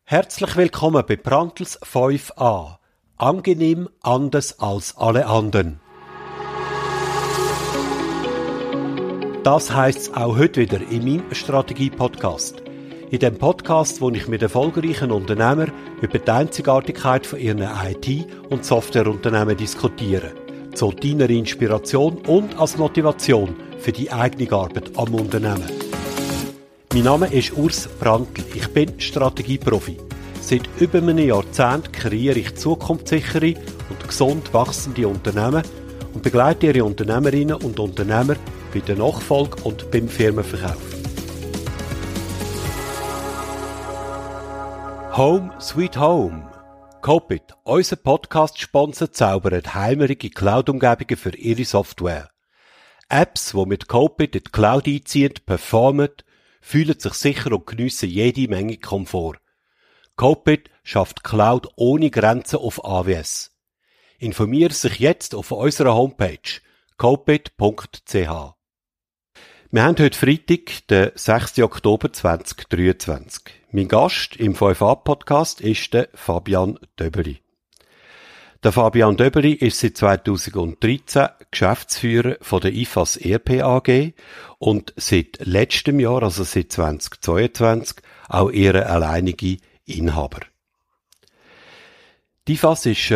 Herzlich willkommen bei Brandtls 5a. Angenehm anders als alle anderen. Das heisst auch heute wieder in meinem Strategie-Podcast. In dem Podcast, wo ich mit erfolgreichen Unternehmern über die Einzigartigkeit von ihren IT- und Softwareunternehmen diskutiere. Zu deiner Inspiration und als Motivation für die eigene Arbeit am Unternehmen. Mein Name ist Urs Brandtl. Ich bin Strategieprofi. Seit über einem Jahrzehnt kreiere ich zukunftssichere und gesund wachsende Unternehmen und begleite ihre Unternehmerinnen und Unternehmer bei der Nachfolge und beim Firmenverkauf. Home Sweet Home. Copit, unser Podcast-Sponsor, zaubert heimerige Cloud-Umgebungen für ihre Software. Apps, die mit Copit in die Cloud einziehen, performen, fühlen sich sicher und geniessen jede Menge Komfort. Copit schafft Cloud ohne Grenzen auf AWS. Informiere sich jetzt auf unserer Homepage copit.ch. Wir haben heute Freitag, den 6. Oktober 2023. Mein Gast im 5a-Podcast ist der Fabian Döbeli. Der Fabian Döbeli ist seit 2013 Geschäftsführer von der IFAS ERP AG und seit letztem Jahr, also seit 2022, auch ihre alleinige Inhaber. Die IFAS ist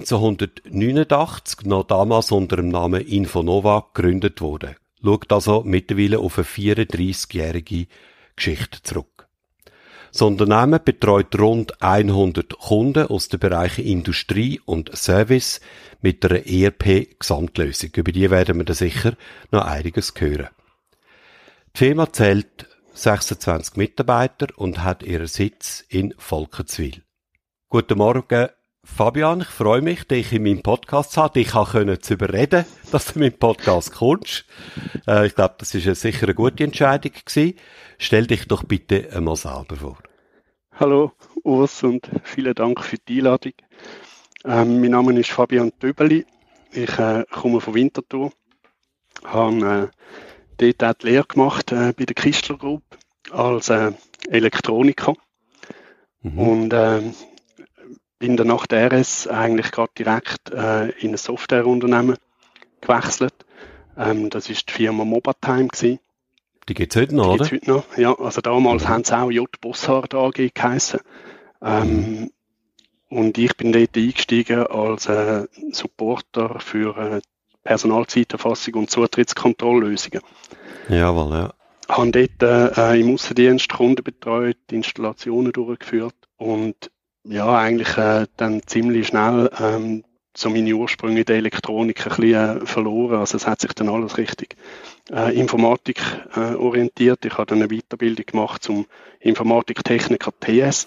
1989 noch damals unter dem Namen Infonova gegründet worden. Schaut also mittlerweile auf eine 34-jährige Geschichte zurück. Das Unternehmen betreut rund 100 Kunden aus den Bereichen Industrie und Service mit einer ERP-Gesamtlösung. Über die werden wir da sicher noch einiges hören. Die Firma zählt 26 Mitarbeiter und hat ihren Sitz in Volkenswil. Guten Morgen, Fabian. Ich freue mich, dich in meinem Podcast zu haben. Ich konnte zu überreden, dass du in meinen Podcast kommst. Ich glaube, das ist sicher eine gute Entscheidung gewesen. Stell dich doch bitte einmal selber vor. Hallo Urs und vielen Dank für die Einladung. Mein Name ist Fabian Döbeli. Ich komme von Winterthur. Habe dort auch die Lehre gemacht bei der Kistler Group als Elektroniker. Und bin dann nach der RS eigentlich gerade direkt in ein Softwareunternehmen gewechselt. Das war die Firma Mobatime gewesen. Die gibt's heute noch, oder? Die gibt's heute noch, ja. Also damals haben sie auch J. Bossard AG geheissen. Und ich bin dort eingestiegen als Supporter für Personalzeiterfassung und Zutrittskontrolllösungen. Jawohl, ja. Habe dort im Aussendienst Kunden betreut, Installationen durchgeführt und ja, eigentlich dann ziemlich schnell so meine Ursprünge in der Elektronik ein bisschen verloren. Also es hat sich dann alles richtig Informatik orientiert. Ich habe dann eine Weiterbildung gemacht zum Informatiktechniker TS.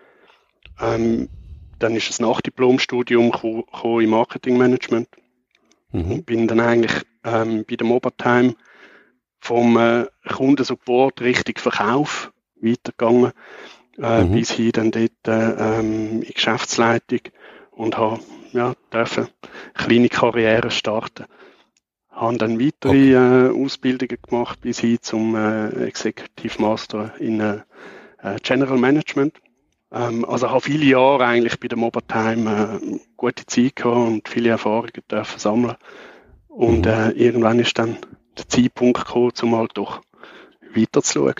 Dann ist ein Nachdiplomstudium gekommen im Marketingmanagement. Und bin dann eigentlich bei der Mobatime vom Kundensupport Richtung Verkauf weitergegangen, bis hin dann dort in die Geschäftsleitung und habe dürfen kleine Karriere starten. Habe dann weitere Ausbildungen gemacht bis hin zum Executive Master in General Management. Also habe viele Jahre eigentlich bei der Mobatime gute Zeit gehabt und viele Erfahrungen dürfen sammeln. Und irgendwann ist dann der Zeitpunkt gekommen, um halt doch weiterzuschauen.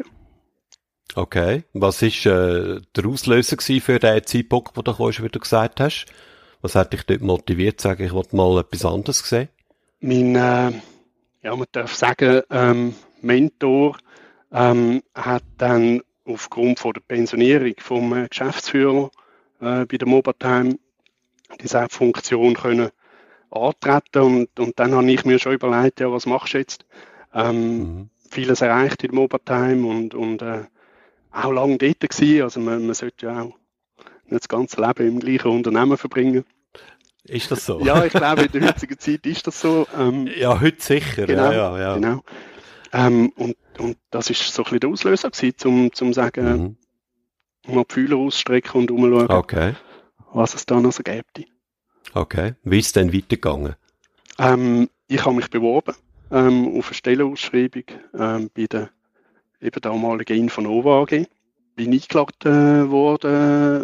Okay. Was war der Auslöser für den Zeitpunkt, wo du kommst, wie du gesagt hast? Was hat dich dort motiviert, zu sagen, ich wollte mal etwas anderes sehen? Mein, man darf sagen, Mentor hat dann aufgrund von der Pensionierung vom Geschäftsführer bei der Mobatime diese Funktion können antreten und dann habe ich mir schon überlegt, ja, was machst du jetzt? Vieles erreicht in der Mobatime und auch lange dort gewesen, also man sollte ja auch nicht das ganze Leben im gleichen Unternehmen verbringen. Ist das so? Ja, ich glaube, in der heutigen Zeit ist das so. Ja, heute sicher. Genau, ja. Genau. Und das ist so ein bisschen der Auslöser gewesen, zum sagen, mal die Fühler ausstrecken und umschauen, was es da noch so gibt. Okay. Wie ist es denn weitergegangen? Ich habe mich beworben auf eine Stellenausschreibung bei der eben damaligen Infonova AG. Bin eingeladen worden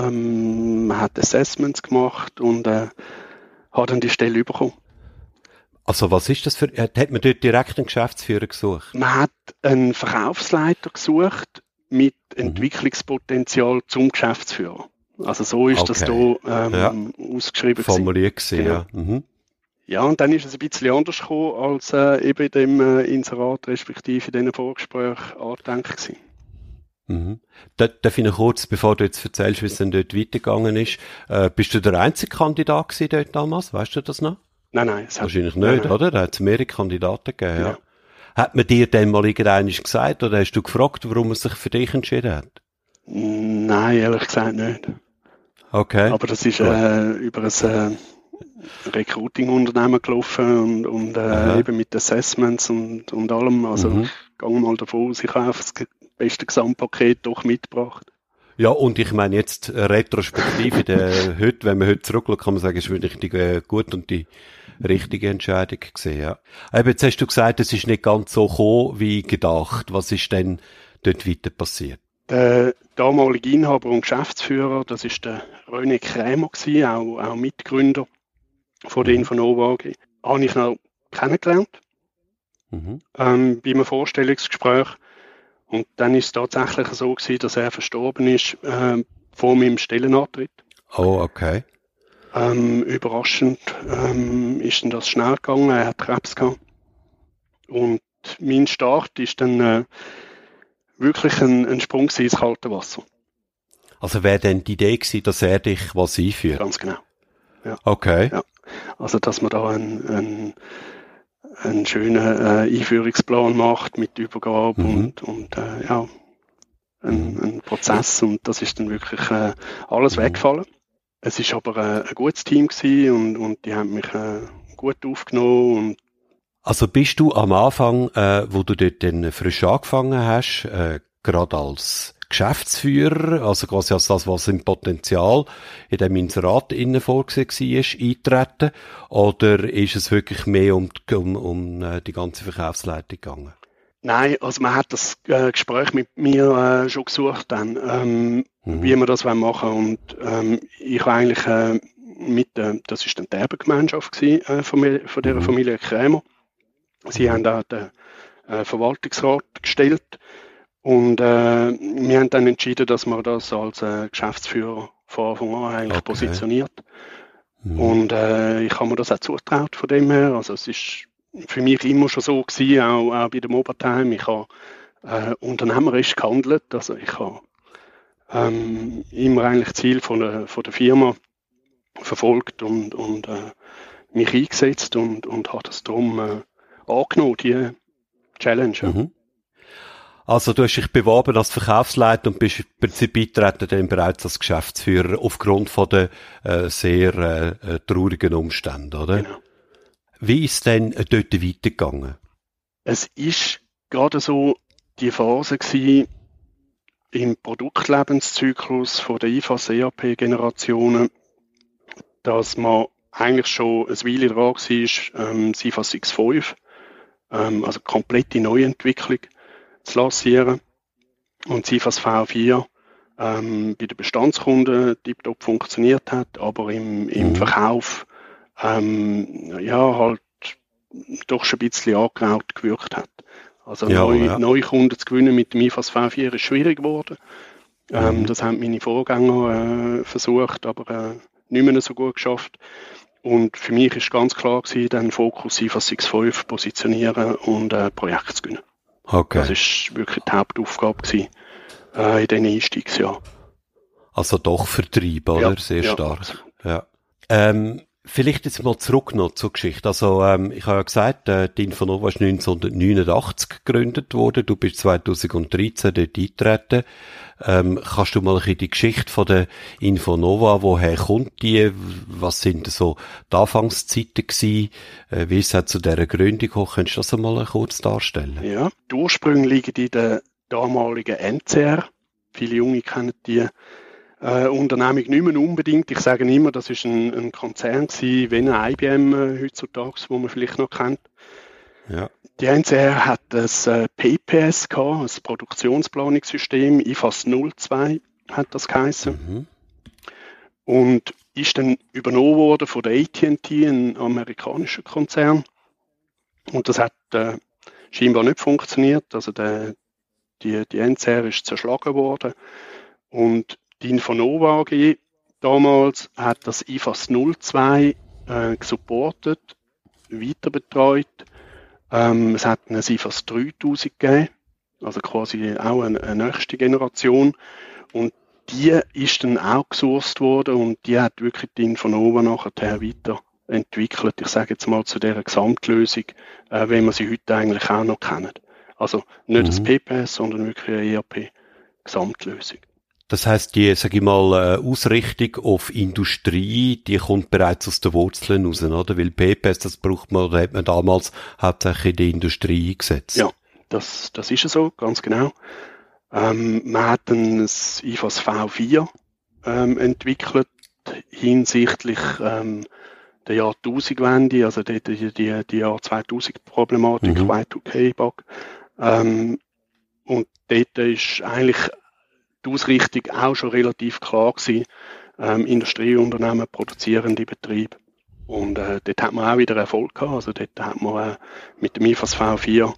man hat Assessments gemacht und hat dann die Stelle bekommen. Also was ist das für, hat man dort direkt einen Geschäftsführer gesucht? Man hat einen Verkaufsleiter gesucht mit Entwicklungspotenzial zum Geschäftsführer. Also so ist das hier ausgeschrieben. Formuliert gewesen, genau. ja. Mhm. Ja, und dann ist es ein bisschen anders gekommen, als eben in dem Inserat respektive in diesen Vorgesprächen angedenkt gewesen. Mhm. Darf ich noch kurz, bevor du jetzt erzählst, wie es dann dort weitergegangen ist, bist du der einzige Kandidat gewesen dort damals? Weißt du das noch? Nein. Wahrscheinlich nicht, oder? Da hat es mehrere Kandidaten gegeben, Genau. ja. Hat man dir dann mal irgendeiner gesagt oder hast du gefragt, warum man sich für dich entschieden hat? Nein, ehrlich gesagt nicht. Okay. Aber das ist über ein Recruiting-Unternehmen gelaufen und eben mit Assessments und allem. Also ich gehe mal davon aus, ich habe das beste Gesamtpaket doch mitgebracht. Ja, und ich meine jetzt retrospektiv, heute, wenn man heute zurückschaut, kann man sagen, es ist wirklich die gute und die richtige Entscheidung gewesen, ja. Aber jetzt hast du gesagt, es ist nicht ganz so gekommen, wie gedacht. Was ist denn dort weiter passiert? Der damalige Inhaber und Geschäftsführer, das ist der René Krämer gewesen, auch Mitgründer von der Infonova AG. Habe ich noch kennengelernt, bei einem Vorstellungsgespräch. Und dann ist es tatsächlich so gewesen, dass er verstorben ist, vor meinem Stellenantritt. Oh, okay. Überraschend ist dann das schnell gegangen, er hat Krebs gehabt. Und mein Start ist dann wirklich ein Sprung ins kalte Wasser. Also wäre denn die Idee gewesen, dass er dich was einführt? Ganz genau. Ja. Okay. Ja. Also dass man da einen schönen Einführungsplan macht mit Übergabe und einen Prozess, und das ist dann wirklich alles weggefallen. Es ist aber ein gutes Team gewesen und die haben mich gut aufgenommen. Und also bist du am Anfang, wo du dort dann frisch angefangen hast, gerade als Geschäftsführer, also quasi als das, was im Potenzial in dem Inserat innen vorgesehen war, eintreten? Oder ist es wirklich mehr um die ganze Verkaufsleitung gegangen? Nein, also man hat das Gespräch mit mir schon gesucht dann, wie wir das machen wollen. Und ich habe eigentlich das ist dann die Erbengemeinschaft gewesen, von dieser Familie Krämer. Sie haben da den Verwaltungsrat gestellt. Und wir haben dann entschieden, dass man das als Geschäftsführer von Anfang an eigentlich positioniert. Und ich habe mir das auch zugetraut von dem her. Also es ist für mich immer schon so gewesen, auch bei dem Obertheim. Ich habe unternehmerisch gehandelt. Also ich habe immer eigentlich Ziel von der Firma verfolgt und mich eingesetzt und habe das darum angenommen, die Challenge. Mhm. Also du hast dich beworben als Verkaufsleiter und bist im Prinzip beitreten dann bereits als Geschäftsführer aufgrund von der sehr traurigen Umstände, oder? Genau. Wie ist es denn dort weitergegangen? Es ist gerade so die Phase gewesen im Produktlebenszyklus von der IFAS-ERP-Generationen, dass man eigentlich schon eine Weile dran war, das IFAS X5, also komplette Neuentwicklung, zu lancieren. Und das IFAS V4 bei den Bestandskunden tiptop funktioniert hat, aber im Verkauf halt doch schon ein bisschen angeraut gewirkt hat. Also neue Kunden zu gewinnen mit dem IFAS V4 ist schwierig geworden. Das haben meine Vorgänger versucht, aber nicht mehr so gut geschafft. Und für mich ist ganz klar gewesen, den Fokus IFAS X5 positionieren und Projekte zu gewinnen. Okay. Das ist wirklich die Hauptaufgabe gewesen, in diesen Einstiegsjahren. Also doch Vertrieb, oder? Ja, sehr stark. Ja. Vielleicht jetzt mal zurück noch zur Geschichte. Also ich habe ja gesagt, die Infonova ist 1989 gegründet worden. Du bist 2013 dort eingetreten. Kannst du mal ein bisschen die Geschichte von der Infonova, woher kommt die? Was sind so die Anfangszeiten gewesen? Wie ist es zu dieser Gründung gekommen? Könntest du das einmal kurz darstellen? Ja, die Ursprünge liegen in der damaligen NCR. Viele Junge kennen die Unternehmung nicht mehr unbedingt. Ich sage immer, das ist ein Konzern gewesen, wie ein IBM heutzutage, wo man vielleicht noch kennt. Ja. Die NCR hat das PPS gehabt, das Produktionsplanungssystem, IFAS 02 hat das geheißen. und ist dann übernommen worden von der AT&T, ein amerikanischer Konzern. Und das hat scheinbar nicht funktioniert. Also die NCR ist zerschlagen worden. Und die Infonova AG damals hat das IFAS 02 gesupportet, weiter betreut. Es hat ein IFAS 3000 gegeben, also quasi auch eine nächste Generation. Und die ist dann auch gesourced worden und die hat wirklich die Infonova nachher weiterentwickelt. Ich sage jetzt mal zu dieser Gesamtlösung, wie wir sie heute eigentlich auch noch kennen. Also nicht das PPS, sondern wirklich eine ERP-Gesamtlösung. Das heisst, die, sag ich mal, Ausrichtung auf Industrie, die kommt bereits aus den Wurzeln raus, oder? Weil PPS, das braucht man, oder hat man damals hauptsächlich in die Industrie eingesetzt. Ja, das ist so, ganz genau. Man hat dann das IFAS V4 entwickelt hinsichtlich der Jahrtausendwende, also die Jahr 2000 Problematik, Y2K-Bug. Und dort ist eigentlich die Ausrichtung auch schon relativ klar gewesen. Industrieunternehmen, produzierende Betriebe. Und dort hat man auch wieder Erfolg gehabt. Also dort hat man mit dem IFAS V4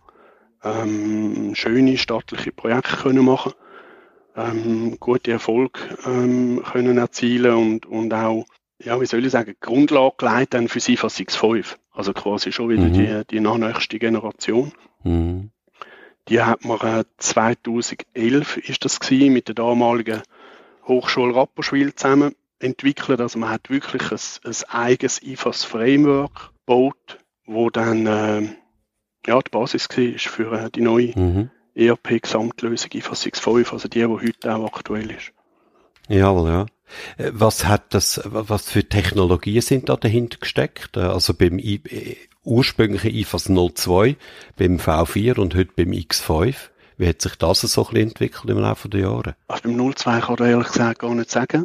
schöne staatliche Projekte können machen, gute Erfolg können erzielen und auch, ja, wie soll ich sagen, Grundlage gelegt dann für das IFAS 6.5. Also quasi schon wieder die nachnächste Generation. Die hat man 2011 ist das gewesen, mit der damaligen Hochschule Rapperswil zusammen entwickelt. Also man hat wirklich ein eigenes IFAS-Framework gebaut, wo dann die Basis war für die neue ERP-Gesamtlösung IFAS 6.5, also die heute auch aktuell ist. Jawohl, ja. Was für Technologien sind da dahinter gesteckt? Also beim ursprünglichen IFAS 02, beim V4 und heute beim X5. Wie hat sich das so ein bisschen entwickelt im Laufe der Jahre? Also beim 02 kann ich ehrlich gesagt gar nicht sagen.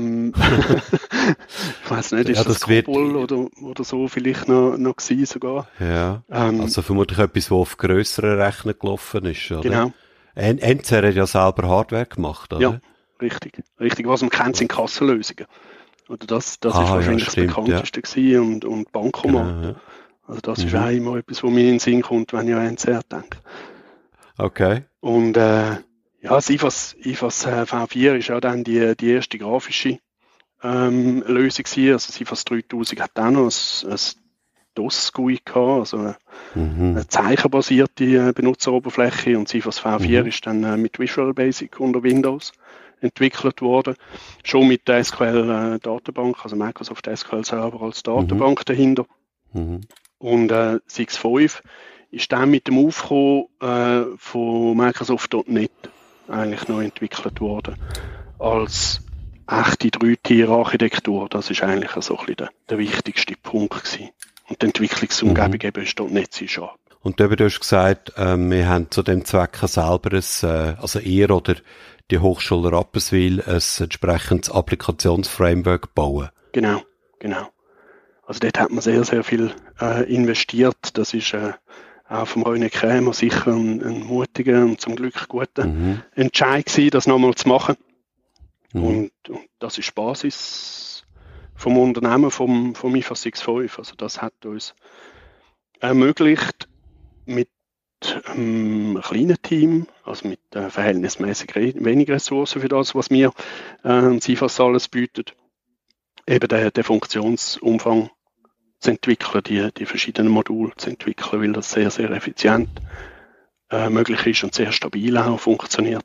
Ich weiss nicht, ist das COBOL oder so vielleicht noch gewesen sogar. Ja, also vermutlich etwas, das auf grösseren Rechnern gelaufen ist, oder? Genau. NCR hat ja selber Hardware gemacht, oder? Ja, richtig. Was man kennt, sind Kassenlösungen. Oder das ist wahrscheinlich das bekannteste gewesen und Bankomat. Genau, ja. Also das ist auch immer etwas, was mir in den Sinn kommt, wenn ich an NCR denke. Okay. Und das IFAS V4 ist auch dann die erste grafische Lösung gewesen. Also das IFAS 3000 hat auch noch ein DOS-GUI gehabt, also eine zeichenbasierte Benutzeroberfläche, und das IFAS V4 ist dann mit Visual Basic unter Windows entwickelt worden. Schon mit der SQL-Datenbank, also Microsoft SQL Server als Datenbank dahinter. Und 6.5 ist dann mit dem Aufkommen von Microsoft.NET eigentlich noch entwickelt worden als echte 3-Tier-Architektur. Das ist eigentlich so ein bisschen der wichtigste Punkt gewesen. Und die Entwicklungsumgebung eben ist .NET C#. Und du hast gesagt, wir haben zu dem Zweck selber also ihr oder die Hochschule Rapperswil ein entsprechendes Applikationsframework bauen. Genau. Also dort hat man sehr, sehr viel investiert. Das ist auch vom René Krämer sicher ein mutiger und zum Glück guter Entscheid gewesen, das nochmal zu machen. Und das ist die Basis vom Unternehmen, vom IFAS 6.5. Also das hat uns ermöglicht, mit einem kleinen Team, also mit verhältnismäßig wenig Ressourcen für das, was mir das IFAS alles bietet, eben den Funktionsumfang zu entwickeln, die verschiedenen Module zu entwickeln, weil das sehr, sehr effizient möglich ist und sehr stabil auch funktioniert.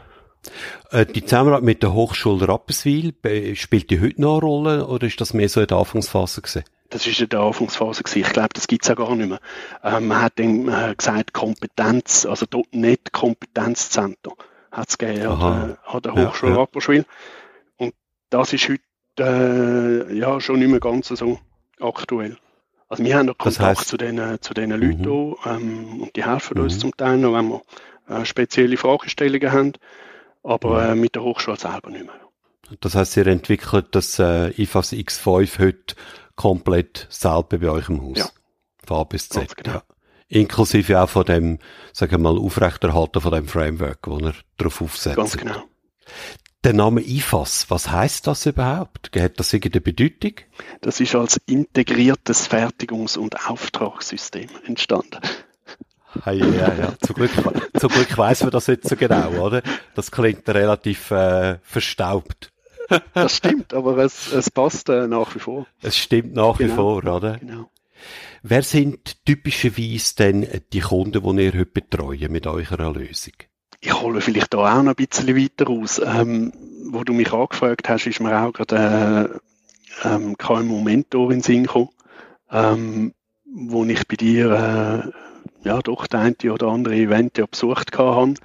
Die Zusammenarbeit mit der Hochschule Rapperswil, spielt die heute noch eine Rolle oder ist das mehr so in der Anfangsphase gewesen? Das ist in der Anfangsphase gewesen. Ich glaube, das gibt's ja gar nicht mehr. Man hat dann gesagt, Kompetenz, also .NET Kompetenzzentrum hat es gegeben an der Hochschule Rapperswil. Und das ist heute schon nicht mehr ganz so aktuell. Also wir haben noch Kontakt zu den Leuten und die helfen uns zum Teil noch, wenn wir spezielle Fragestellungen haben, aber mit der Hochschule selber nicht mehr. Das heisst, ihr entwickelt das IFAS X5 heute komplett selber bei euch im Haus? Ja. Von A bis Z. Genau. Ja. Inklusive auch von dem, sagen wir mal, Aufrechterhalten von dem Framework, wo ihr drauf aufsetzt. Ganz genau. Der Name IFAS, was heisst das überhaupt? Hat das irgendeine Bedeutung? Das ist als integriertes Fertigungs- und Auftragssystem entstanden. Hey, ja. Zum Glück weiss man das jetzt so genau, oder? Das klingt relativ verstaubt. Das stimmt, aber es passt nach wie vor. Es stimmt nach wie vor, oder? Genau. Wer sind typischerweise denn die Kunden, die ihr heute betreuen mit eurer Lösung? Ich hole vielleicht da auch noch ein bisschen weiter aus. Wo du mich angefragt hast, ist mir auch gerade KMU-Mentor in den Sinn gekommen, wo ich bei dir doch das eine oder andere Event ja besucht habe.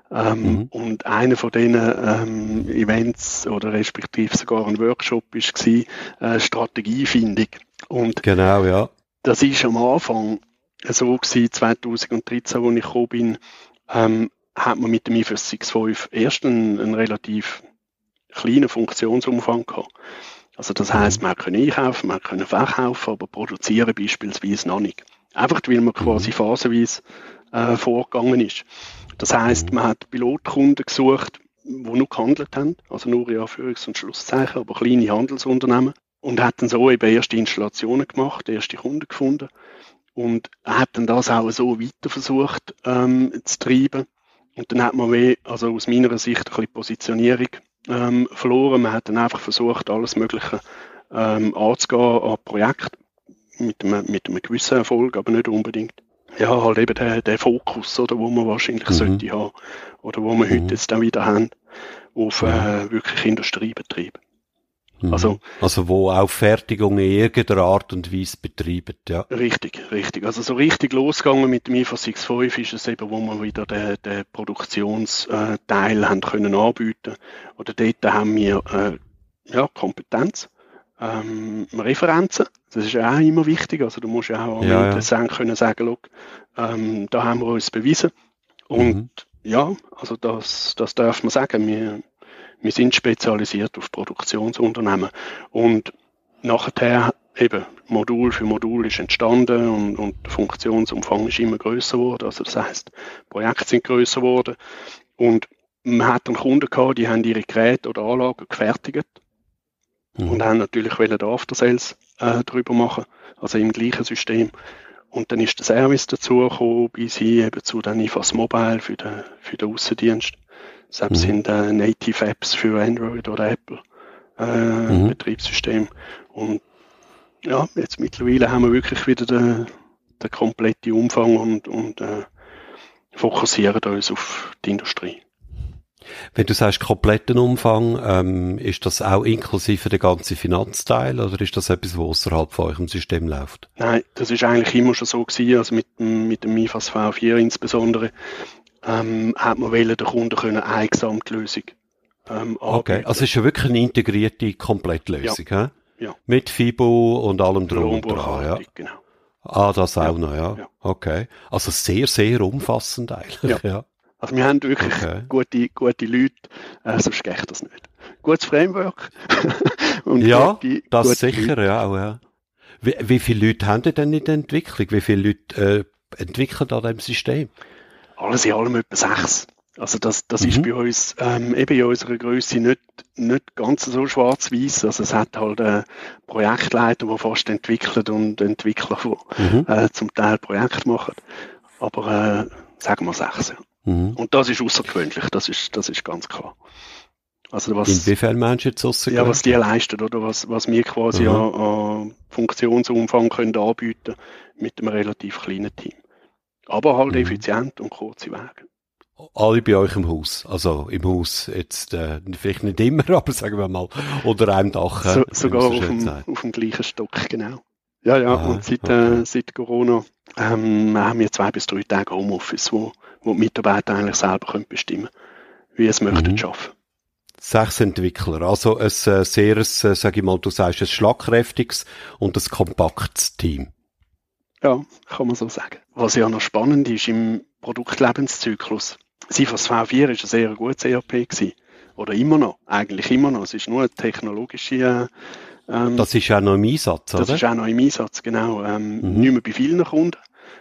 Und einer von diesen Events oder respektive sogar ein Workshop war Strategiefindung. Und genau, ja. Das ist am Anfang so gewesen, 2013, als ich gekommen bin, hat man mit dem IFAS 6.5 erst einen relativ kleinen Funktionsumfang gehabt. Also das heisst, man kann einkaufen, man kann verkaufen, aber produzieren beispielsweise noch nicht. Einfach weil man quasi phasenweise vorgegangen ist. Das heisst, man hat Pilotkunden gesucht, die nur gehandelt haben, also nur in Anführungs- und Schlusszeichen, aber kleine Handelsunternehmen. Und hat dann so eben erste Installationen gemacht, erste Kunden gefunden. Und hat dann das auch so weiter versucht zu treiben. Und dann hat man also aus meiner Sicht ein bisschen Positionierung verloren. Man hat dann einfach versucht, alles Mögliche anzugehen an Projekten mit einem gewissen Erfolg, aber nicht unbedingt. Ja, halt eben der Fokus, oder, wo man wahrscheinlich sollte haben, oder wo wir heute jetzt dann wieder haben, auf wirklich Industriebetrieb. Also wo auch Fertigung in irgendeiner Art und Weise betreiben, ja. Richtig. Also so richtig losgegangen mit dem IFAS 6.5 ist es eben, wo wir wieder den Produktionsteil haben können anbieten. Oder dort haben wir Kompetenz, Referenzen. Das ist ja auch immer wichtig. Also du musst ja auch am Interessenten können sagen, look, da haben wir uns bewiesen. Und also das darf man sagen. Wir sind spezialisiert auf Produktionsunternehmen. Und nachher eben Modul für Modul ist entstanden und der Funktionsumfang ist immer grösser geworden. Also das heisst, Projekte sind grösser geworden. Und man hat dann Kunden gehabt, die haben ihre Geräte oder Anlagen gefertigt und haben natürlich den After-Sales drüber machen, also im gleichen System. Und dann ist der Service dazu gekommen, bis hin eben zu den IFAS Mobile für den Aussendienst. Selbst sind Native Apps für Android oder Apple Betriebssystem. Und ja, jetzt mittlerweile haben wir wirklich wieder den kompletten Umfang und fokussieren uns auf die Industrie. Wenn du sagst kompletten Umfang, ist das auch inklusive der ganzen Finanzteil oder ist das etwas, was außerhalb von eurem System läuft? Nein, das ist eigentlich immer schon so gewesen, also mit dem IFAS V4 insbesondere. Hat man den Kunden können eine Gesamtlösung anbieten. Okay, also es ist ja wirklich eine integrierte Komplettlösung, ja. Ja. Mit FIBO und allem drum und dran, ja. Genau. Ah, das auch noch, ja. Okay. Also sehr, sehr umfassend eigentlich, ja. Also wir haben wirklich gute Leute, sonst geht das nicht. Gutes Framework. Und das sicher, Leute. Ja, auch, ja. Wie viele Leute haben ihr denn in der Entwicklung? Wie viele Leute entwickeln an diesem System? Alles in allem etwa 6. Also das ist bei uns eben in unserer Grösse nicht ganz so schwarz-weiß. Also es hat halt Projektleiter, die fast entwickeln und Entwickler, die zum Teil Projekte machen. Aber sagen wir 6. Ja. Und das ist außergewöhnlich, das ist ganz klar. Also inwiefern meinst du jetzt außergewöhnlich? Ja, was die leisten, oder was wir quasi an Funktionsumfang können anbieten mit einem relativ kleinen Team. Aber halt effizient und kurze Wege. Alle bei euch im Haus, also im Haus jetzt vielleicht nicht immer, aber sagen wir mal unter einem Dach. Sogar auf dem gleichen Stock, genau. Ja, und seit Corona haben wir 2 bis 3 Tage Homeoffice, wo die Mitarbeiter eigentlich selber bestimmen können, wie sie möchten arbeiten. 6 Entwickler, also ein sag ich mal, du sagst, ein schlagkräftiges und ein kompaktes Team. Ja, kann man so sagen. Was ja noch spannend ist im Produktlebenszyklus. Das IFAS V4 ist ein sehr gutes ERP gewesen. Oder eigentlich immer noch. Es ist nur eine technologische das ist auch noch im Einsatz, oder? Das ist auch noch im Einsatz, genau. Nicht mehr bei vielen Kunden.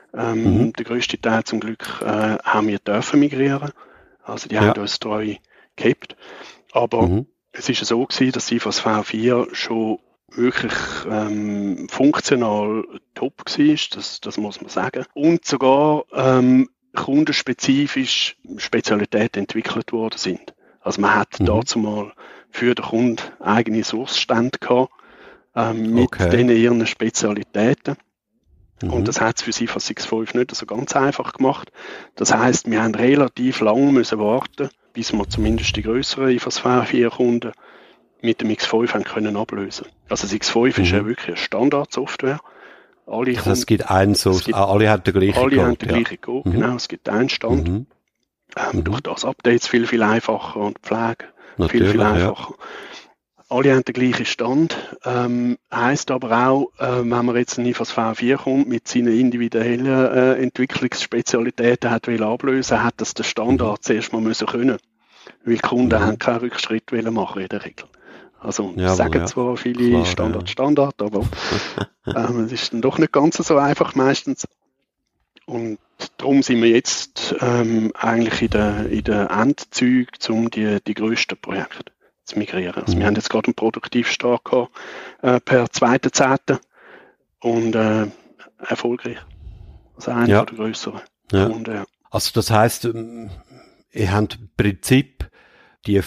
Der grösste Teil zum Glück haben wir dürfen migrieren. Also die haben uns treu gehabt. Aber es ist so gewesen, dass IFAS V4 schon wirklich funktional top war, das muss man sagen. Und sogar kundenspezifisch Spezialitäten entwickelt worden sind. Also man hat dazu mal für den Kunden eigene Sourcestände gehabt, mit ihren Spezialitäten. Und das hat es für IFAS 6.5 nicht so ganz einfach gemacht. Das heisst, wir haben relativ lange müssen warten, bis wir zumindest die grösseren IFAS V4-Kunden mit dem X5 haben können ablösen. Also das X5 ist ja wirklich eine Standardsoftware. Es gibt einen alle haben den gleichen Code. Alle haben den gleichen Code, genau. Es gibt einen Stand. Durch das Updates viel einfacher und Pflege viel einfacher. Ja. Alle haben den gleichen Stand. Heisst aber auch, wenn man jetzt ein IFAS V4 kommt, mit seinen individuellen Entwicklungsspezialitäten hat ablösen, hat das der Standard zuerst mal müssen können. Weil die Kunden haben keinen Rückschritt machen in der Regel. Also sagen zwar viele Standard, aber es ist dann doch nicht ganz so einfach meistens. Und darum sind wir jetzt eigentlich in den Endzügen, um die grössten Projekte zu migrieren. Also wir haben jetzt gerade einen Produktivstart gehabt, per 2.10. und erfolgreich. Also einer der grösseren. Ja. Und, also das heisst, ihr habt im Prinzip die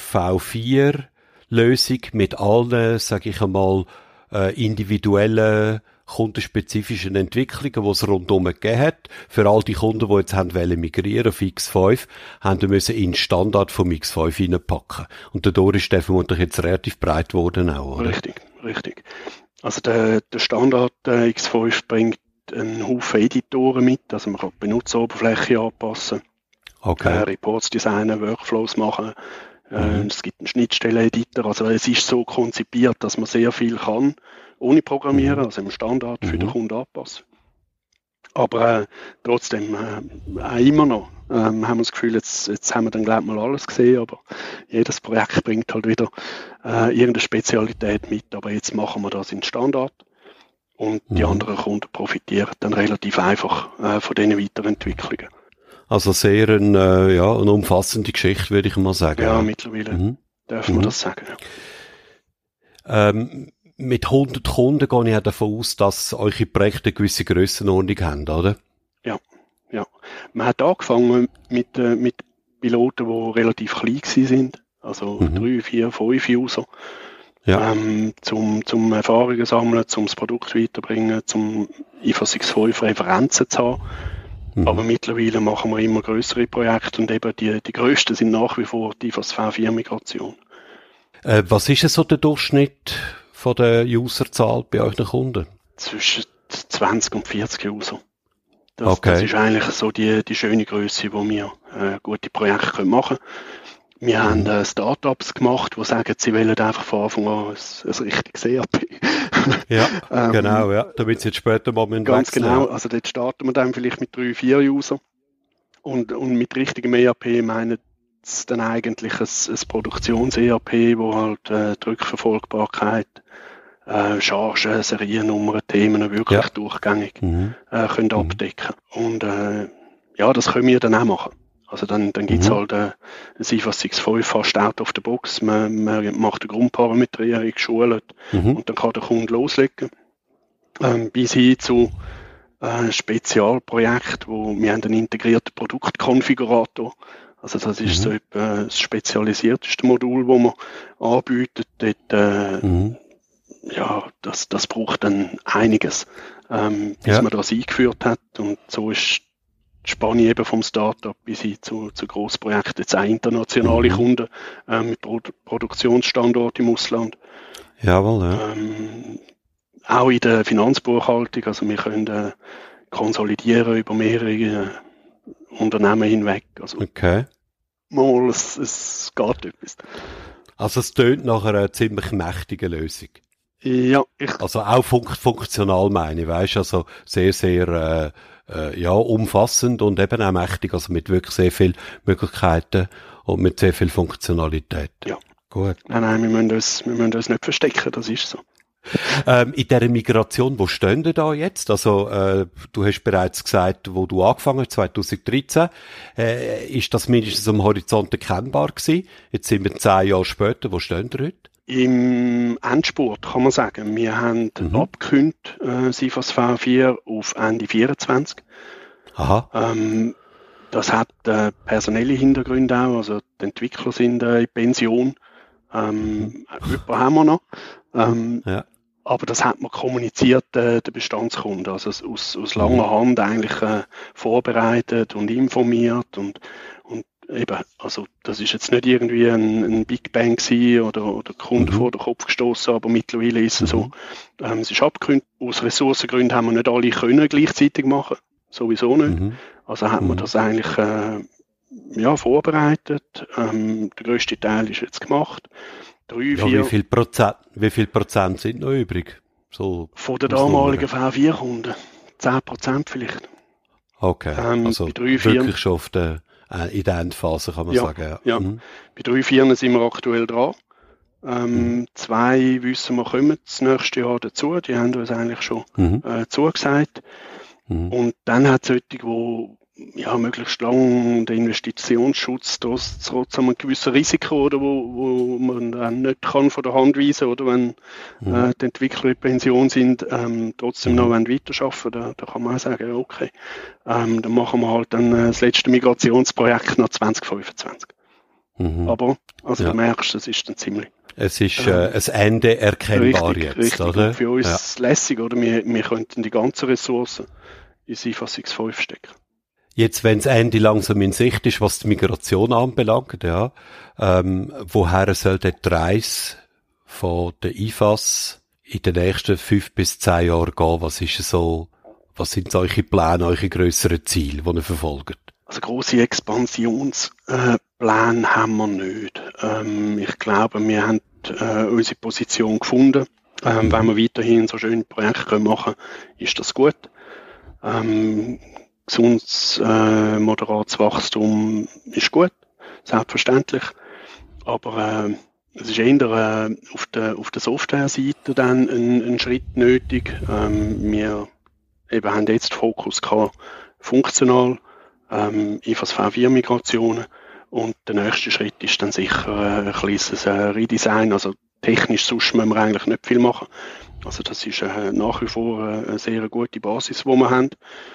V4-Lösung mit allen, sage ich einmal, individuellen kundenspezifischen Entwicklungen, die es rundum gegeben hat. Für all die Kunden, die jetzt haben wollen migrieren auf X5, haben wir müssen in den Standard vom X5 reinpacken. Und dadurch ist der vermutlich jetzt relativ breit geworden auch, oder? Richtig. Also der Standard X5 bringt einen Haufen Editoren mit, also man kann die Benutzeroberfläche anpassen, Reports designen, Workflows machen. Es gibt einen Schnittstellen-Editor, also es ist so konzipiert, dass man sehr viel kann, ohne Programmieren, also im Standard für den Kunden anpassen. Aber trotzdem, auch immer noch, haben wir das Gefühl, jetzt haben wir dann, glaube ich, mal alles gesehen, aber jedes Projekt bringt halt wieder irgendeine Spezialität mit, aber jetzt machen wir das in Standard und die anderen Kunden profitieren dann relativ einfach von diesen Weiterentwicklungen. Also sehr eine umfassende Geschichte, würde ich mal sagen. Ja, mittlerweile dürfen wir das sagen. Ja. Mit 100 Kunden gehe ich ja davon aus, dass eure Projekte eine gewisse Grössenordnung haben, oder? Ja. Man hat angefangen mit Piloten, die relativ klein waren, also 3, 4, 5 User. Ja. Zum Erfahrungen sammeln, zum das Produkt weiterbringen, zum IFAS 6.5 Referenzen zu haben. Aber mittlerweile machen wir immer grössere Projekte und eben die grössten sind nach wie vor die IFAS V4-Migration. Was ist so der Durchschnitt von der Userzahl bei euren Kunden? Zwischen 20 und 40 User. Das ist eigentlich so die schöne Grösse, wo wir gute Projekte machen können. Wir haben Startups gemacht, die sagen, sie wollen einfach von Anfang an ein richtiges ERP. Ja, genau, ja. Damit sie jetzt später mal ganz wechseln. Genau, also dort starten wir dann vielleicht mit 3, 4 User. Und mit richtigem ERP meinen sie dann eigentlich ein Produktions-ERP, wo halt die Rückverfolgbarkeit, Chargen, Seriennummern, Themen wirklich durchgängig können abdecken. Und das können wir dann auch machen. Also dann gibt's halt ein IFAS 6.5 fast out of the box. Man macht eine Grundparametrierung, geschult und dann kann der Kunde loslegen. Bis hin zu Spezialprojekt, wo wir haben einen integrierten Produktkonfigurator. Also das ist so etwa das spezialisierteste Modul, das man anbietet. Dort, das braucht dann einiges, bis man das eingeführt hat. Und so ist die Spanne eben vom Start-up bis hin zu Grossprojekten, jetzt auch internationale Kunden mit Produktionsstandort im Ausland. Jawohl, ja. Auch in der Finanzbuchhaltung, also wir können konsolidieren über mehrere Unternehmen hinweg. Also mal, es geht etwas. Also es tönt nach einer ziemlich mächtigen Lösung. Ja. Also auch funktional meine ich, weisst, also sehr, sehr umfassend und eben auch mächtig, also mit wirklich sehr viel Möglichkeiten und mit sehr viel Funktionalität. Ja. Gut. Nein, wir müssen uns nicht verstecken, das ist so. In dieser Migration, wo stehen ihr da jetzt? Also, du hast bereits gesagt, wo du angefangen hast, 2013, ist das mindestens am Horizont erkennbar gewesen? Jetzt sind wir 10 Jahre später. Wo stehen ihr heute? Im Endspurt kann man sagen, wir haben abgekündigt, SIFAS V4 auf Ende 24. Aha. Das hat personelle Hintergründe auch, also die Entwickler sind in Pension, jemanden haben wir noch. Ja. Aber das hat man kommuniziert, der Bestandskunde, also aus langer Hand eigentlich vorbereitet und informiert und eben, also das ist jetzt nicht irgendwie ein Big Bang gewesen oder Kunde vor den Kopf gestoßen, aber mittlerweile ist es so, es ist abgekündigt. Aus Ressourcengründen haben wir nicht alle können gleichzeitig machen, sowieso nicht. Also hat man das eigentlich vorbereitet. Der grösste Teil ist jetzt gemacht. 3, 4. Wie viel Prozent sind noch übrig? So von der damaligen V4-Kunden. 10% vielleicht. Okay, also 3, 4, wirklich schon in der Endphase, kann man sagen. Ja. Bei 3, 4 sind wir aktuell dran. 2 wissen wir, kommen das nächste Jahr dazu. Die haben uns eigentlich schon zugesagt. Und dann hat es solche, wo möglichst lang der Investitionsschutz trotz einem gewissen Risiko oder wo man dann nicht kann von der Hand weisen oder wenn die Entwickler in Pension sind, trotzdem noch weiterarbeiten, da kann man auch sagen, okay, dann machen wir halt dann das letzte Migrationsprojekt nach 2025. Aber, also du merkst, das ist dann ziemlich... Es ist ein Ende erkennbar richtig, oder? Und für uns lässig, oder? Wir könnten die ganzen Ressourcen in SIFAS X5 stecken. Jetzt, wenn das Ende langsam in Sicht ist, was die Migration anbelangt, woher soll die Reise von der IFAS in den nächsten 5 bis 10 Jahren gehen? Was sind eure Pläne, eure grösseren Ziele, die ihr verfolgt? Also grosse Expansionspläne haben wir nicht. Ich glaube, wir haben unsere Position gefunden. Wenn wir weiterhin so schöne Projekte machen können, ist das gut. Gesundes, moderates Wachstum ist gut, selbstverständlich. Aber es ist eher auf der Software-Seite dann ein Schritt nötig. Wir haben jetzt Fokus gehabt, funktional, IFAS V4-Migrationen. Und der nächste Schritt ist dann sicher ein kleines Redesign. Also technisch sonst müssen wir eigentlich nicht viel machen. Also das ist nach wie vor eine sehr gute Basis, die wir haben.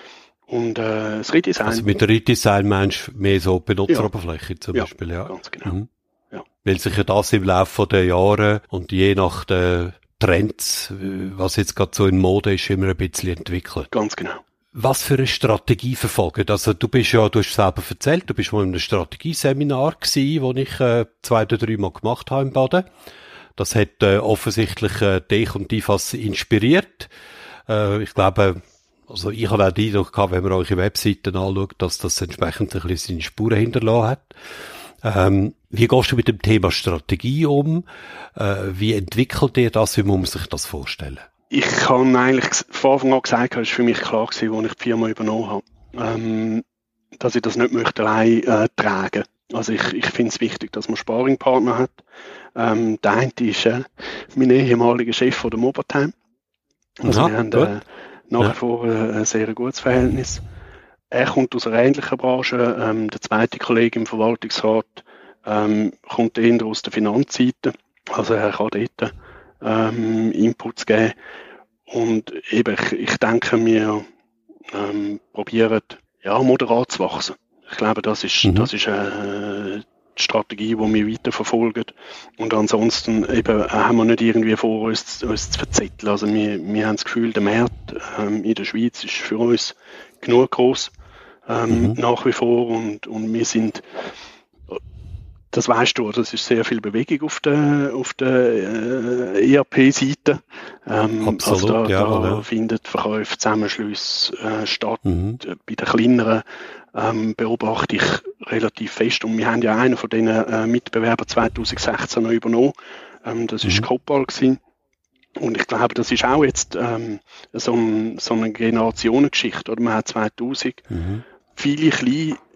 Und das Redesign... Also mit Redesign meinst du mehr so Benutzeroberfläche zum Beispiel? Ja, ganz genau. Ja. Weil sich ja das im Laufe der Jahre und je nach den Trends, was jetzt gerade so in Mode ist, immer ein bisschen entwickelt. Ganz genau. Was für eine Strategie verfolgt? Also du hast selber erzählt, du bist mal in einem Strategieseminar gewesen, wo ich 2 oder 3 Mal gemacht habe in Baden. Das hat offensichtlich dich und IFAS inspiriert. Ich glaube, also ich habe auch den Eindruck gehabt, wenn man eure Webseiten anschaut, dass das entsprechend ein bisschen seine Spuren hinterlassen hat. Wie gehst du mit dem Thema Strategie um? Wie entwickelt ihr das? Wie muss man sich das vorstellen? Ich habe eigentlich von Anfang an gesagt, es war für mich klar gewesen, als ich die Firma übernommen habe, dass ich das nicht möchte allein tragen. Also ich finde es wichtig, dass man Sparringpartner hat. Der eine ist mein ehemaliger Chef von der Mobatime. Also wir haben nach wie vor ein sehr gutes Verhältnis. Er kommt aus einer ähnlichen Branche. Der zweite Kollege im Verwaltungsrat kommt eher aus der Finanzseite. Also er kann dort Inputs geben. Und eben, ich denke, wir probieren moderat zu wachsen. Ich glaube, das ist die Strategie, die wir weiterverfolgen. Und ansonsten eben, haben wir nicht irgendwie vor, uns zu verzetteln. Also wir haben das Gefühl, der Markt in der Schweiz ist für uns genug gross nach wie vor. Und wir sind, das weißt du, das ist sehr viel Bewegung auf der ERP-Seite. Absolut, also da findet Verkäufe, Zusammenschlüsse statt. Bei den kleineren beobachte ich relativ fest. Und wir haben ja einen von diesen Mitbewerbern 2016 noch übernommen. Das war Copal gewesen. Und ich glaube, das ist auch jetzt so eine Generationengeschichte. Oder? Man hat 2000 viele kleine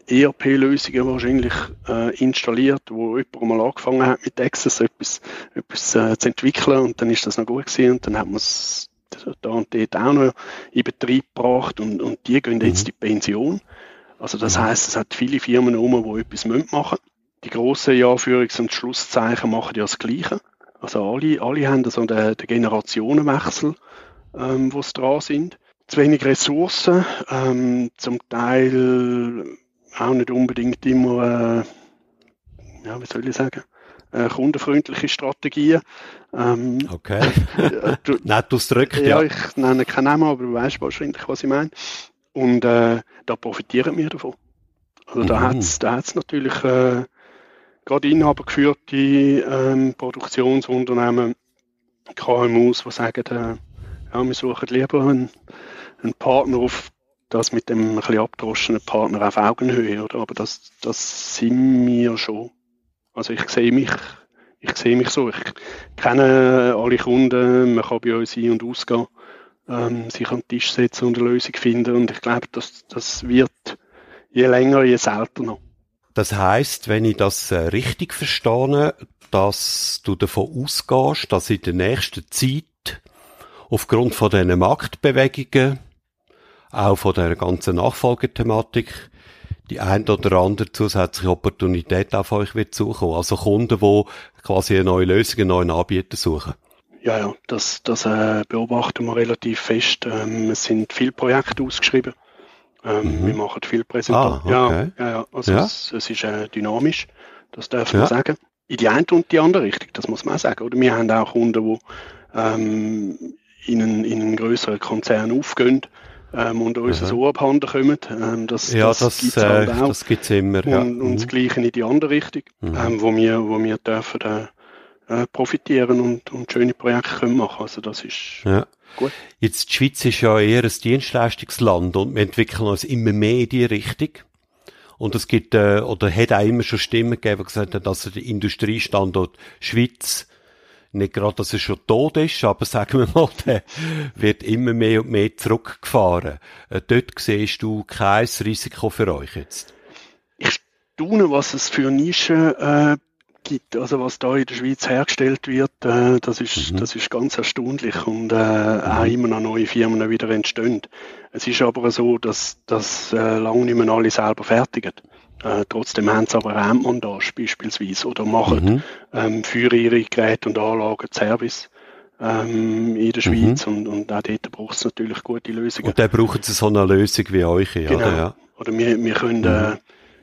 ERP-Lösungen wahrscheinlich installiert, wo jemand mal angefangen hat mit Access etwas zu entwickeln und dann ist das noch gut gewesen und dann hat man es da und dort auch noch in Betrieb gebracht und die gehen jetzt in die Pension. Also das heisst, es hat viele Firmen herum, die etwas machen müssen. Die grossen Anführungs- und Schlusszeichen machen ja das Gleiche. Also alle haben so den Generationenwechsel, wo sie dran sind. Zu wenig Ressourcen, zum Teil auch nicht unbedingt immer, wie soll ich sagen, kundenfreundliche Strategien. Okay. Nett ausgedrückt, ja. Ich nenne keinen Namen, aber du weißt wahrscheinlich, was ich meine. Und da profitieren wir davon. Also da hat's natürlich gerade inhabergeführte Produktionsunternehmen, KMUs, die sagen, wir suchen lieber einen Partner auf das mit dem ein bisschen abgedroschenen Partner auf Augenhöhe, oder? Aber das sind wir schon. Also ich sehe mich so. Ich kenne alle Kunden, man kann bei uns ein- und ausgehen, sich an den Tisch setzen und eine Lösung finden und ich glaube, das wird je länger, je seltener. Das heisst, wenn ich das richtig verstehe, dass du davon ausgehst, dass in der nächsten Zeit aufgrund von diesen Marktbewegungen, auch von der ganzen Nachfolgethematik, die ein oder andere zusätzliche Opportunität auf euch wird suchen. Also Kunden, die quasi eine neue Lösung, einen neuen Anbieter suchen. Ja, das beobachten wir relativ fest. Es sind viele Projekte ausgeschrieben. Wir machen viele Präsentationen. Okay. Ja. Also es ist dynamisch. Das darf man sagen. In die eine und die andere Richtung, das muss man auch sagen. Oder wir haben auch Kunden, die in einen grösseren Konzern aufgehen und uns so abhanden kommen. Das gibt's halt auch. Das gibt's immer. Und das Gleiche in die andere Richtung, wo wir dürfen profitieren und schöne Projekte können machen. Also das ist gut. Jetzt, die Schweiz ist ja eher ein Dienstleistungsland und wir entwickeln uns immer mehr in die Richtung. Und es gibt, oder hat auch immer schon Stimmen gegeben, die gesagt haben, dass der Industriestandort Schweiz nicht gerade, dass er schon tot ist, aber sagen wir mal, der wird immer mehr und mehr zurückgefahren. Dort siehst du kein Risiko für euch jetzt? Ich staune, was es für Nischen gibt, also was da in der Schweiz hergestellt wird, das ist ganz erstaunlich und auch immer noch neue Firmen wieder entstehen. Es ist aber so, dass lange nicht mehr alle selber fertigen. Trotzdem haben sie aber Endmontage beispielsweise oder machen für ihre Geräte und Anlagen Service in der Schweiz und auch dort braucht es natürlich gute Lösungen. Und dann brauchen sie so eine Lösung wie euch, genau. Oder? Ja. Oder wir können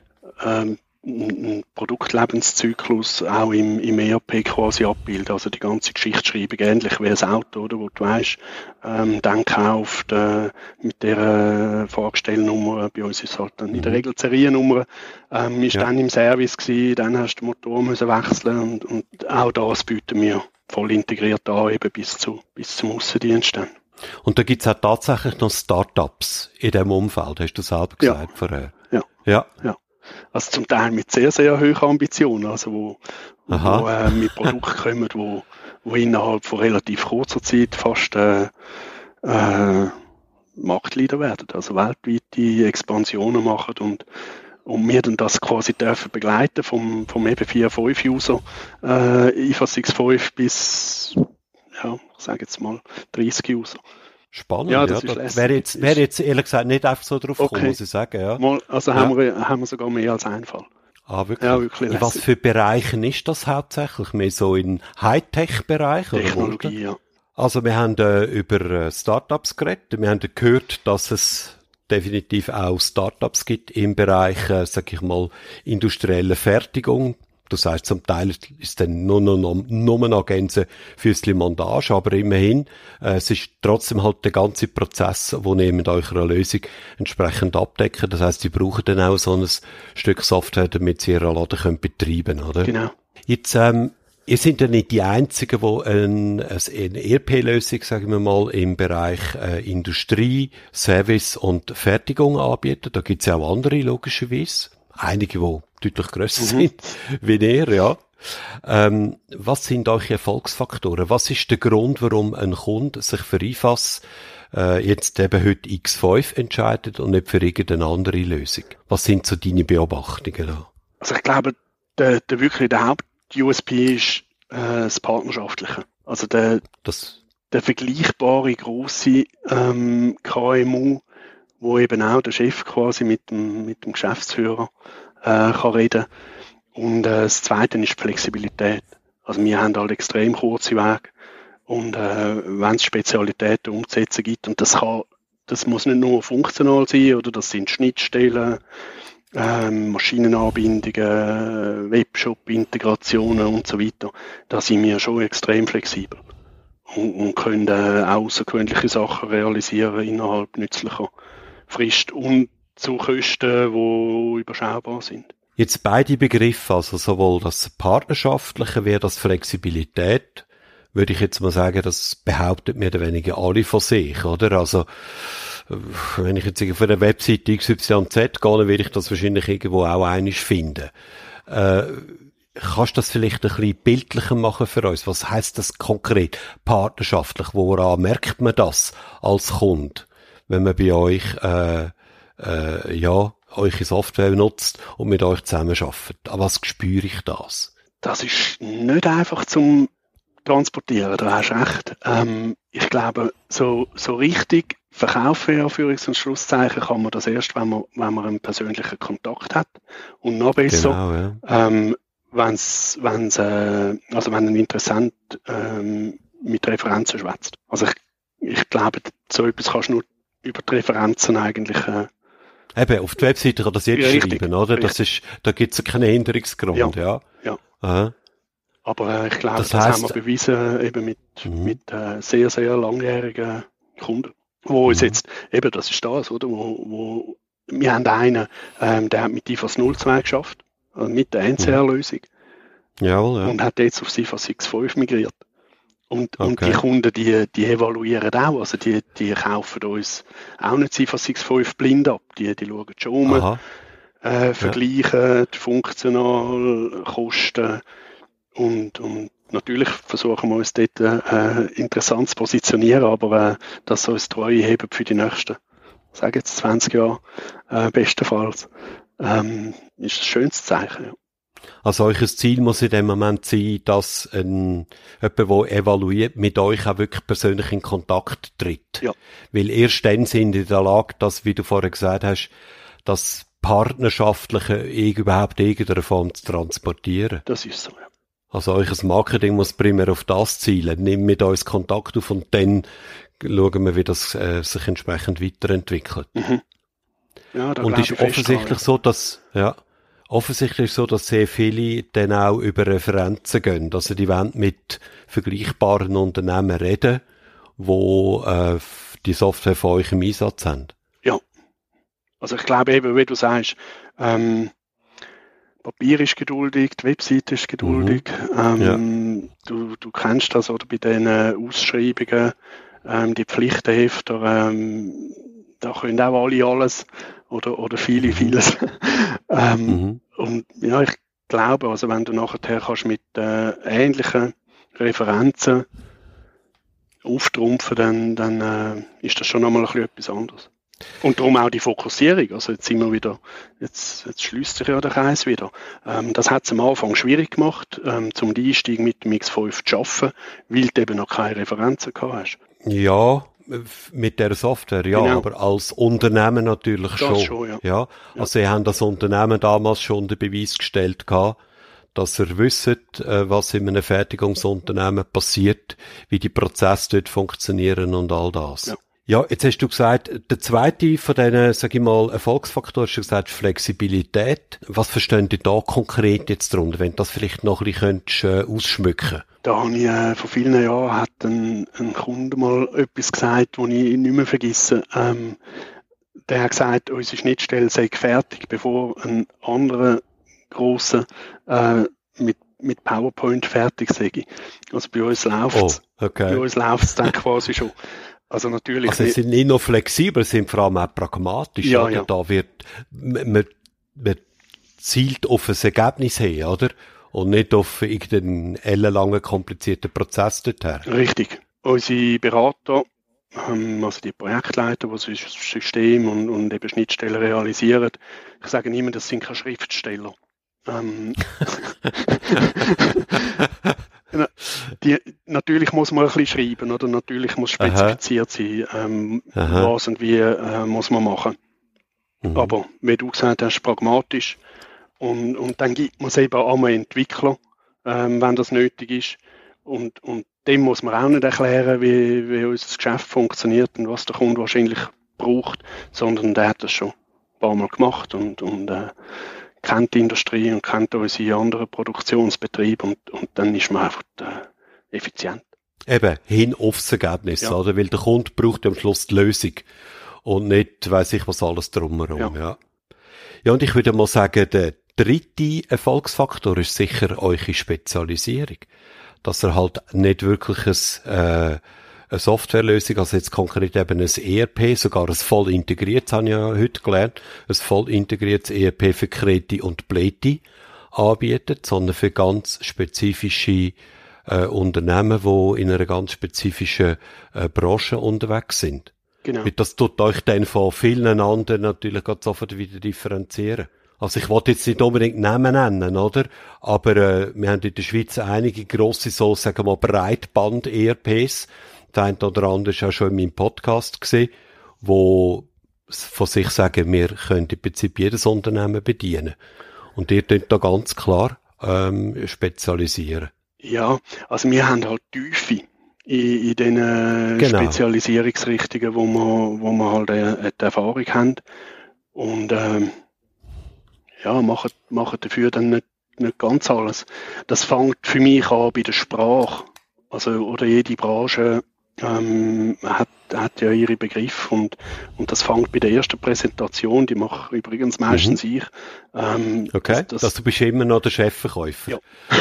einen Produktlebenszyklus auch im ERP quasi abbilden, also die ganze Geschichtsschreibung ähnlich wie ein Auto, oder, wo du weißt, dann kauft mit der Fahrgestellnummer, bei uns ist es halt dann in der Regel die Seriennummer, ist dann im Service gewesen, dann hast du den Motor müssen wechseln und auch das bieten wir voll integriert an, eben bis zum Aussendienst dann. Und da gibt's auch tatsächlich noch Start-ups in diesem Umfeld, hast du selber gesagt vorher. Ja. Also zum Teil mit sehr, sehr hohen Ambitionen, also wo mit Produkten kommen, wo innerhalb von relativ kurzer Zeit fast Marktleader werden, also weltweite Expansionen machen und wir dann das quasi dürfen begleiten vom eben 4-5 User IFA 6.5 bis, ich sage jetzt mal 30 User. Spannend, ja. Das wäre jetzt ehrlich gesagt nicht einfach so drauf gekommen, muss ich sagen, ja. Also haben wir sogar mehr als einen Fall. Ah, wirklich? Ja, wirklich. In was für Bereichen ist das hauptsächlich? Mehr so in Hightech-Bereich? Technologie, ja. Also wir haben über Startups geredet. Wir haben gehört, dass es definitiv auch Startups gibt im Bereich, sag ich mal, industrielle Fertigung. Das heisst, zum Teil ist es dann nur noch Gänse fürs Montage, aber immerhin, es ist trotzdem halt der ganze Prozess, den ihr mit eurer Lösung entsprechend abdecken. Das heisst, ihr brauchen dann auch so ein Stück Software, damit sie ihren Laden betreiben können, oder? Genau. Jetzt, ihr seid ja nicht die Einzigen, die eine ERP-Lösung, sagen wir mal, im Bereich Industrie, Service und Fertigung anbieten. Da gibt's ja auch andere, logischerweise. Einige, die deutlich grösser sind, wie ihr, ja. Was sind eure Erfolgsfaktoren? Was ist der Grund, warum ein Kunde sich für IFAS jetzt eben heute X5 entscheidet und nicht für irgendeine andere Lösung. Was sind so deine Beobachtungen da? Also ich glaube, der Haupt-USP ist das Partnerschaftliche. Also der vergleichbare grosse KMU, wo eben auch der Chef quasi mit dem Geschäftsführer kann reden. Und das Zweite ist die Flexibilität. Also wir haben halt extrem kurze Wege. Und wenn es Spezialitäten umzusetzen gibt, und das muss nicht nur funktional sein, oder das sind Schnittstellen, Maschinenanbindungen, Webshop-Integrationen und so weiter, da sind wir schon extrem flexibel und können auch außergewöhnliche Sachen realisieren innerhalb nützlicher Frist und zu Kosten, die überschaubar sind. Jetzt beide Begriffe, also sowohl das Partnerschaftliche wie das Flexibilität, würde ich jetzt mal sagen, das behauptet mehr oder weniger alle von sich, oder? Also, wenn ich jetzt auf einer Webseite XYZ gehe, dann würde ich das wahrscheinlich irgendwo auch einig finden. Kannst du das vielleicht ein bisschen bildlicher machen für uns? Was heisst das konkret? Partnerschaftlich, woran merkt man das als Kunde, wenn man bei euch, eure Software nutzt und mit euch zusammenarbeitet? An was spüre ich das? Das ist nicht einfach zum Transportieren, da hast du recht. Ich glaube, so richtig verkaufen, Anführungs- und Schlusszeichen, kann man das erst, wenn man einen persönlichen Kontakt hat. Und noch besser, genau, ja. wenn ein Interessent mit Referenzen schwätzt. Also ich glaube, so etwas kannst du nur über die Referenzen eigentlich eben, auf die Webseite kann das jeder schreiben, oder? Richtig. Da gibt es keinen Hinderungsgrund, ja. Aha. Aber ich glaube, das haben wir bewiesen eben mit sehr, sehr langjährigen Kunden. Wo uns jetzt, eben, das ist das, oder? Wo wir haben einen, der hat mit IFAS 02 geschafft, also mit der NCR-Lösung. Jawohl, ja. Und hat jetzt auf IFAS 6.5 migriert. Und die Kunden, die evaluieren auch, also die kaufen uns auch nicht IFAS 6.5 blind ab. Die schauen schon vergleichen, funktional, Kosten. Und natürlich versuchen wir uns dort interessant zu positionieren, aber dass sie uns Treue haben für die nächsten, sage jetzt 20 Jahre, bestenfalls, ist das schönste Zeichen. Ja. Also euch Ziel muss in dem Moment sein, dass jemand, der evaluiert, mit euch auch wirklich persönlich in Kontakt tritt. Ja. Weil erst dann sind in der Lage, das, wie du vorher gesagt hast, das Partnerschaftliche überhaupt in irgendeiner Form zu transportieren. Das ist so, ja. Also euch Marketing muss primär auf das zielen. Nimm mit uns Kontakt auf und dann schauen wir, wie das sich entsprechend weiterentwickelt. Mhm. Ja, da und ist offensichtlich so, dass sehr viele dann auch über Referenzen gehen. Also die wollen mit vergleichbaren Unternehmen reden, wo die Software von euch im Einsatz haben. Ja. Also ich glaube eben, wie du sagst, Papier ist geduldig, die Webseite ist geduldig. Du kennst das, oder bei den Ausschreibungen, die Pflichtenhefter, da können auch alle alles oder viele vieles. Und ja, ich glaube, also wenn du nachher kannst mit ähnlichen Referenzen auftrumpfen, dann ist das schon einmal ein bisschen etwas anderes. Und darum auch die Fokussierung. Also jetzt sind wir wieder, jetzt schließt sich ja der Kreis wieder. Das hat es am Anfang schwierig gemacht, zum Einstieg mit dem X5 zu arbeiten, weil du eben noch keine Referenzen gehabt hast. Ja, mit der Software, ja, genau. Aber als Unternehmen natürlich schon. Ja. Also sie haben das Unternehmen damals schon den Beweis gestellt gehabt, dass ihr wisst, was in einem Fertigungsunternehmen passiert, wie die Prozesse dort funktionieren und all das. Ja. Ja, jetzt hast du gesagt, der zweite von diesen, sag ich mal, Erfolgsfaktoren, hast du gesagt, Flexibilität. Was verstehen die da konkret jetzt drunter, wenn du das vielleicht noch ein bisschen ausschmücken? Da habe ich vor vielen Jahren hat ein Kunde mal etwas gesagt, das ich nicht mehr vergesse. Der hat gesagt, unsere Schnittstelle sei fertig, bevor ein anderer grosser mit PowerPoint fertig sei. Also bei uns läuft's. Oh, okay. Bei uns läuft's dann quasi schon. Also natürlich. Also sie sind nicht nur flexibel, sie sind vor allem auch pragmatisch, ja, oder? Ja. Da wird, man zielt auf ein Ergebnis hin, oder? Und nicht auf irgendeinen ellenlangen, komplizierten Prozess dorthin. Richtig. Unsere Berater also die Projektleiter, die das System und eben Schnittstellen realisieren. Ich sage immer, das sind keine Schriftsteller. Natürlich muss man ein bisschen schreiben, oder natürlich muss spezifiziert sein, was und wie muss man machen. Aber wie du gesagt hast, pragmatisch. Und dann gibt man es eben an einen Entwickler, wenn das nötig ist. Und dem muss man auch nicht erklären, wie unser Geschäft funktioniert und was der Kunde wahrscheinlich braucht, sondern der hat das schon ein paar Mal gemacht und kennt die Industrie und kennt unsere anderen Produktionsbetriebe und dann ist man einfach effizient. Eben, hin aufs Ergebnis, Ja. oder? Weil der Kunde braucht am Schluss die Lösung und nicht, weiss ich, was alles drumherum, ja. Ja, und ich würde mal sagen, der dritte Erfolgsfaktor ist sicher eure Spezialisierung. Dass er halt nicht wirklich eine Softwarelösung, also jetzt konkret eben ein ERP, sogar ein voll integriertes, habe ich ja heute gelernt, ein voll integriertes ERP für Kreti und Pleti anbietet, sondern für ganz spezifische Unternehmen, die in einer ganz spezifischen Branche unterwegs sind. Genau. Das tut euch dann von vielen anderen natürlich gerade sofort wieder differenzieren. Also ich wollte jetzt nicht unbedingt Namen nennen, oder? Aber wir haben in der Schweiz einige grosse, so sagen wir mal, Breitband-ERPs. Der eine oder andere ist auch schon in meinem Podcast gesehen, wo von sich sagen, wir können im Prinzip jedes Unternehmen bedienen. Und ihr könnt da ganz klar spezialisieren. Ja, also wir haben halt Tiefe in den Spezialisierungsrichtungen, wo wir halt die Erfahrung haben. Und machen dafür dann nicht ganz alles. Das fängt für mich an bei der Sprache. Also, oder jede Branche hat ja ihre Begriffe und das fängt bei der ersten Präsentation, die mache übrigens meistens ich. Okay, dass du bist immer noch der Chefverkäufer. Ja,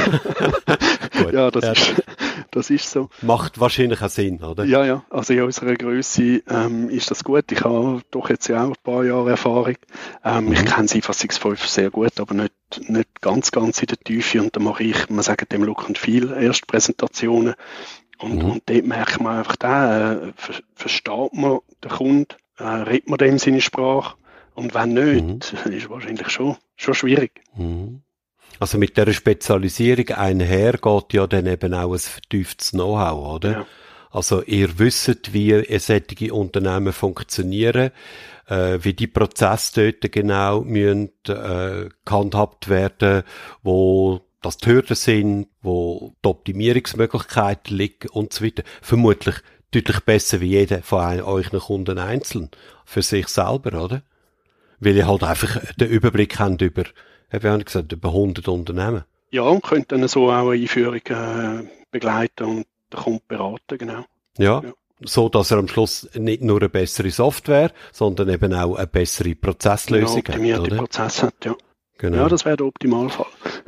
Gut. Ja, das ist so. Macht wahrscheinlich auch Sinn, oder? Ja, also in unserer Grösse ist das gut. Ich habe doch jetzt ja auch ein paar Jahre Erfahrung. Ich kenne Sifa 6.5 sehr gut, aber nicht ganz in der Tiefe. Und da mache ich, man sagt dem Look and Feel, Erstpräsentationen. Und dort merkt man einfach, versteht man den Kunden, redet man dem seine Sprache. Und wenn nicht, ist wahrscheinlich schon schwierig. Also mit dieser Spezialisierung einher geht ja dann eben auch ein vertieftes Know-how, oder? Ja. Also ihr wisst, wie solche Unternehmen funktionieren, wie die Prozesse dort genau müssen gehandhabt werden, wo das die Hürden sind, wo die Optimierungsmöglichkeiten liegen und so weiter. Vermutlich deutlich besser wie jeder von euch Kunden einzeln. Für sich selber, oder? Weil ihr halt einfach den Überblick habt über, wie habe ich gesagt, über 100 Unternehmen. Ja, und könnt dann so auch eine Einführung begleiten und den Kunden beraten, genau. Ja. So, dass er am Schluss nicht nur eine bessere Software, sondern eben auch eine bessere Prozesslösung hat, optimierte oder? Prozesse hat, ja. Genau. Ja, das wäre der Optimalfall.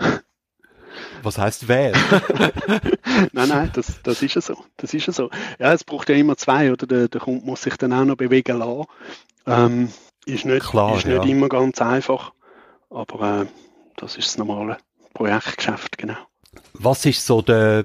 Was heisst wer? Nein, das ist ja so. Das ist ja so. Ja, es braucht ja immer zwei, oder? Der Kunde muss sich dann auch noch bewegen lassen. Ist nicht immer ganz einfach, aber das ist das normale Projektgeschäft, genau. Was ist so der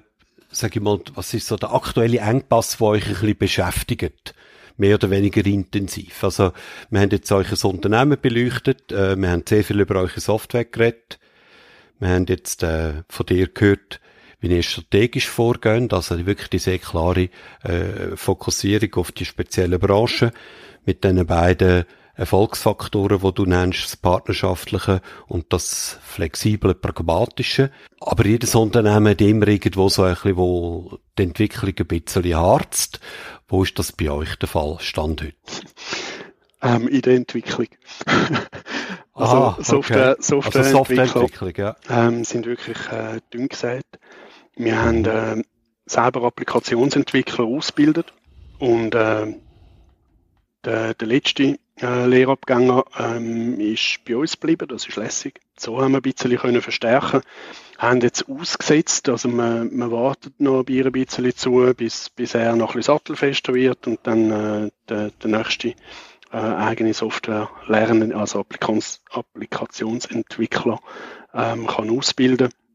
aktuelle Engpass, der euch ein bisschen beschäftigt? Mehr oder weniger intensiv. Also, wir haben jetzt euch ein Unternehmen beleuchtet, wir haben sehr viel über eure Software geredet. Wir haben jetzt von dir gehört, wie ihr strategisch vorgeht, also wirklich die sehr klare Fokussierung auf die speziellen Branchen mit den beiden Erfolgsfaktoren, die du nennst, das Partnerschaftliche und das Flexible, Pragmatische. Aber jedes Unternehmen hat immer irgendwo so ein bisschen, wo die Entwicklung ein bisschen harzt. Wo ist das bei euch der Stand heute? In der Entwicklung. Softwareentwicklung, ja. Sind wirklich dünn gesät. Wir haben selber Applikationsentwickler ausgebildet und der letzte Lehrabgänger ist bei uns geblieben, das ist lässig. So haben wir ein bisschen können verstärken, haben jetzt ausgesetzt, also man wartet noch bei ihr ein bisschen zu, bis er noch ein bisschen sattelfester wird und dann der nächste eigene Software lernen, also Applikationsentwickler kann ausbilden.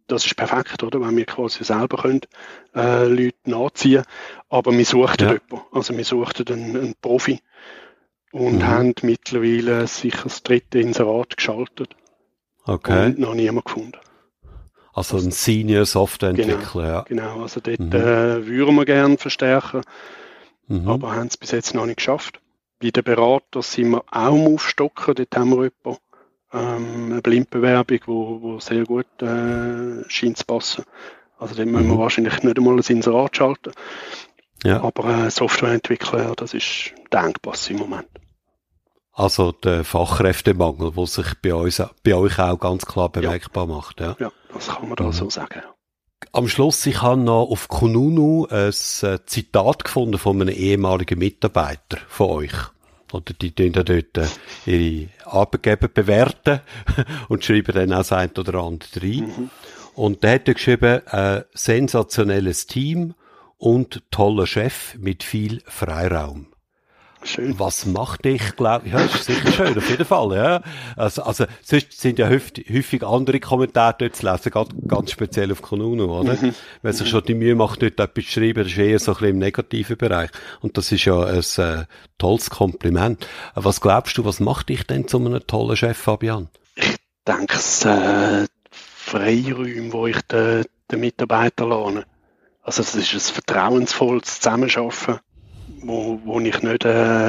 das ist perfekt, oder? Wenn wir quasi selber können, Leute nachziehen. Aber wir suchten jemanden. Also wir suchten einen Profi und haben mittlerweile sicher das 3. Inserat geschaltet. Okay. Und noch niemand gefunden. Also ein Senior Softwareentwickler, ja. Genau, also dort würden wir gerne verstärken, aber haben es bis jetzt noch nicht geschafft. Bei den Beratern sind wir auch am Aufstocken, dort haben wir eine Blindbewerbung, wo sehr gut scheint zu passen. Also dort müssen wir wahrscheinlich nicht einmal ein Inserat schalten. Ja. Aber Softwareentwickler, das ist der Engpass im Moment. Also der Fachkräftemangel, der sich bei euch auch ganz klar bemerkbar macht. Ja, das kann man da so sagen. Am Schluss, ich habe noch auf Kununu ein Zitat gefunden von einem ehemaligen Mitarbeiter von euch. Oder die tun da dort ihre Arbeitgeber bewerten und schreiben dann auch das eine oder andere rein. Und der hat ja geschrieben, sensationelles Team und toller Chef mit viel Freiraum. Schön. Was macht dich, glaube ich, ja, ist sicher schön, auf jeden Fall, ja. Also, sonst sind ja häufig andere Kommentare dort zu lesen, ganz speziell auf Kununu, oder? Wenn sich schon die Mühe macht, dort etwas zu schreiben, das ist eher so ein bisschen im negativen Bereich. Und das ist ja ein tolles Kompliment. Was glaubst du, was macht dich denn zu einem tollen Chef, Fabian? Ich denke, es Freiräume, wo ich den Mitarbeiter lerne. Also, das ist ein vertrauensvolles Zusammenarbeiten, wo ich nicht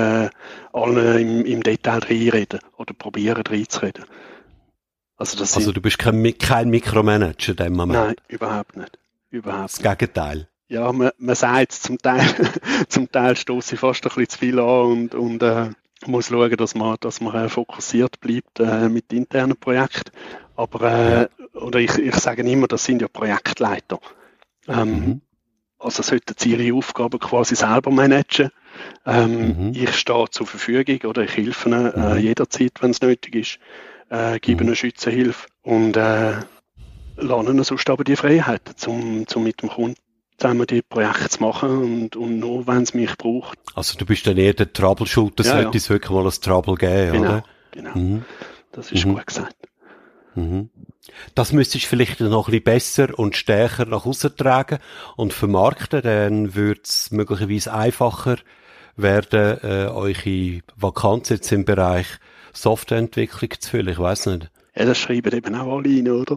allen im Detail reinrede oder probiere reinzureden. Also du bist kein Mikromanager in dem Moment? Nein, überhaupt nicht. Das Gegenteil. Ja, man sagt es zum Teil stoße ich fast ein bisschen zu viel an und muss schauen, dass man fokussiert bleibt mit internen Projekten. Aber oder ich sage immer, das sind ja Projektleiter. Also sollten sie ihre Aufgaben quasi selber managen. Ich stehe zur Verfügung oder ich helfe ihnen jederzeit, wenn es nötig ist, gebe ihnen Schützenhilfe und lasse ihnen sonst aber die Freiheit, um mit dem Kunden zusammen die Projekte zu machen und nur, wenn es mich braucht. Also du bist dann eher der Troubleshooter, sollte es wirklich mal ein Trouble geben, oder? Genau. Das ist gut gesagt. Das müsstest du vielleicht noch ein bisschen besser und stärker nach aussen tragen und vermarkten, dann würde es möglicherweise einfacher werden, eure Vakanz jetzt im Bereich Softwareentwicklung zu füllen. Ich weiss nicht. Ja, das schreiben eben auch alle rein, oder?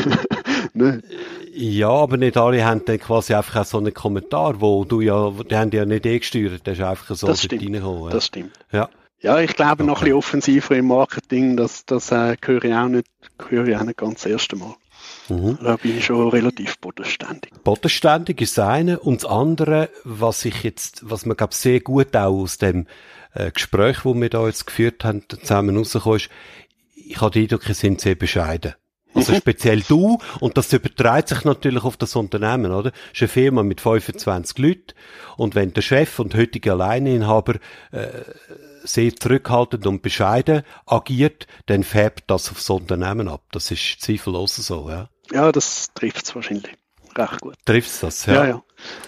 Ne? Ja, aber nicht alle haben dann quasi einfach auch so einen Kommentar, die haben ja nicht gesteuert, der ist einfach so dort reingekommen. Ja. Das stimmt. Ja, ich glaube noch ein bisschen offensiver im Marketing, das höre ich auch nicht ganz das erste Mal. Da bin ich schon relativ bodenständig. Bodenständig ist das eine. Und das andere, was man, glaube ich, sehr gut auch aus dem Gespräch, das wir da jetzt geführt haben, zusammen rausgekommen ist, ich habe den Eindruck, sie sind sehr bescheiden. Also speziell du, und das überträgt sich natürlich auf das Unternehmen, oder? Es ist eine Firma mit 25 Leuten, und wenn der Chef und heutige Alleininhaber sehr zurückhaltend und bescheiden agiert, dann färbt das aufs Unternehmen ab. Das ist zweifellos so, ja. Ja, das trifft es wahrscheinlich recht gut. Trifft das, ja. Ja.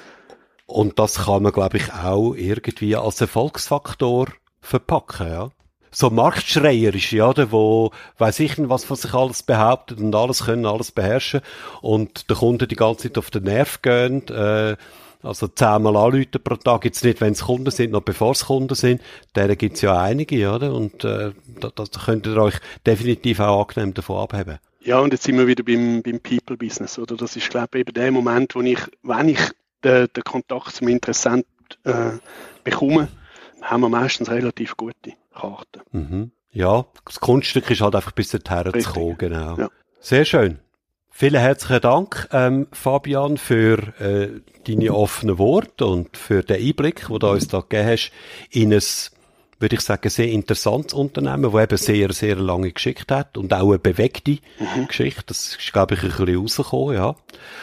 Und das kann man, glaube ich, auch irgendwie als Erfolgsfaktor verpacken, ja. So marktschreierisch, ja, wo weiss ich nicht, was von sich alles behauptet und alles können, alles beherrschen und der Kunde die ganze Zeit auf den Nerv gehen, also 10-mal anrufen pro Tag, jetzt nicht, wenn es Kunden sind, noch bevor es Kunden sind, deren gibt's ja einige, oder? Und da könnt ihr euch definitiv auch angenehm davon abheben. Ja, und jetzt sind wir wieder beim People-Business, oder? Das ist, glaube ich, eben der Moment, wenn ich den Kontakt zum Interessenten bekomme, haben wir meistens relativ gute Karten. Ja, das Kunststück ist halt einfach bis dorthin zu kommen, genau. Ja. Sehr schön. Vielen herzlichen Dank, Fabian, für deine offenen Worte und für den Einblick, den du uns da gegeben hast in ein, würde ich sagen, sehr interessantes Unternehmen, das eben sehr, sehr lange Geschichte hat und auch eine bewegte Geschichte. Das ist, glaube ich, ein bisschen rausgekommen, ja.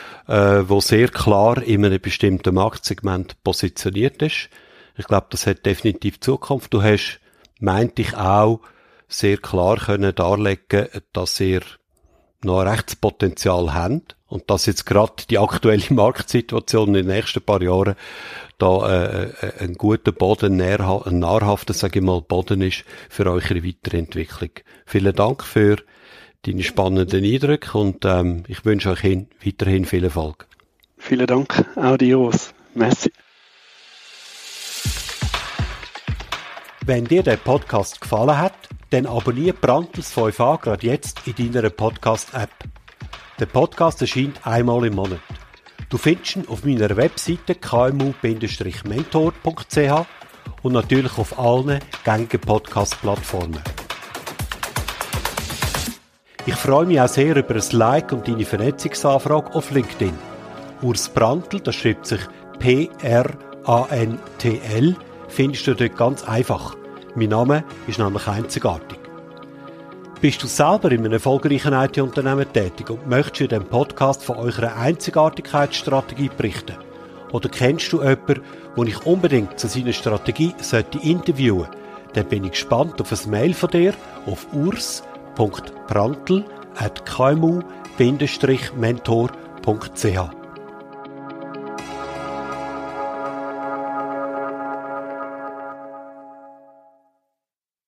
Wo sehr klar in einem bestimmten Marktsegment positioniert ist. Ich glaube, das hat definitiv Zukunft. Du hast, meinte ich auch, sehr klar können darlegen, dass ihr noch Rechtspotenzial habt und dass jetzt gerade die aktuelle Marktsituation in den nächsten paar Jahren da ein guter Boden, ein nahrhafter, sage ich mal, Boden ist für eure weitere Entwicklung. Vielen Dank für deine spannenden Eindrücke und ich wünsche euch weiterhin viel Erfolg. Vielen Dank, auch dir. Merci. Wenn dir der Podcast gefallen hat, dann abonniere Brandtels 5a gerade jetzt in deiner Podcast-App. Der Podcast erscheint einmal im Monat. Du findest ihn auf meiner Webseite kmu-mentor.ch und natürlich auf allen gängigen Podcast-Plattformen. Ich freue mich auch sehr über ein Like und deine Vernetzungsanfrage auf LinkedIn. Urs Brandtl, das schreibt sich P-R-A-N-T-L, findest du dort ganz einfach. Mein Name ist nämlich einzigartig. Bist du selber in einem erfolgreichen IT-Unternehmen tätig und möchtest in diesem Podcast von eurer Einzigartigkeitsstrategie berichten? Oder kennst du jemanden, den ich unbedingt zu seiner Strategie interviewen sollte? Dann bin ich gespannt auf ein Mail von dir auf urs.brandtl@kmu-mentor.ch.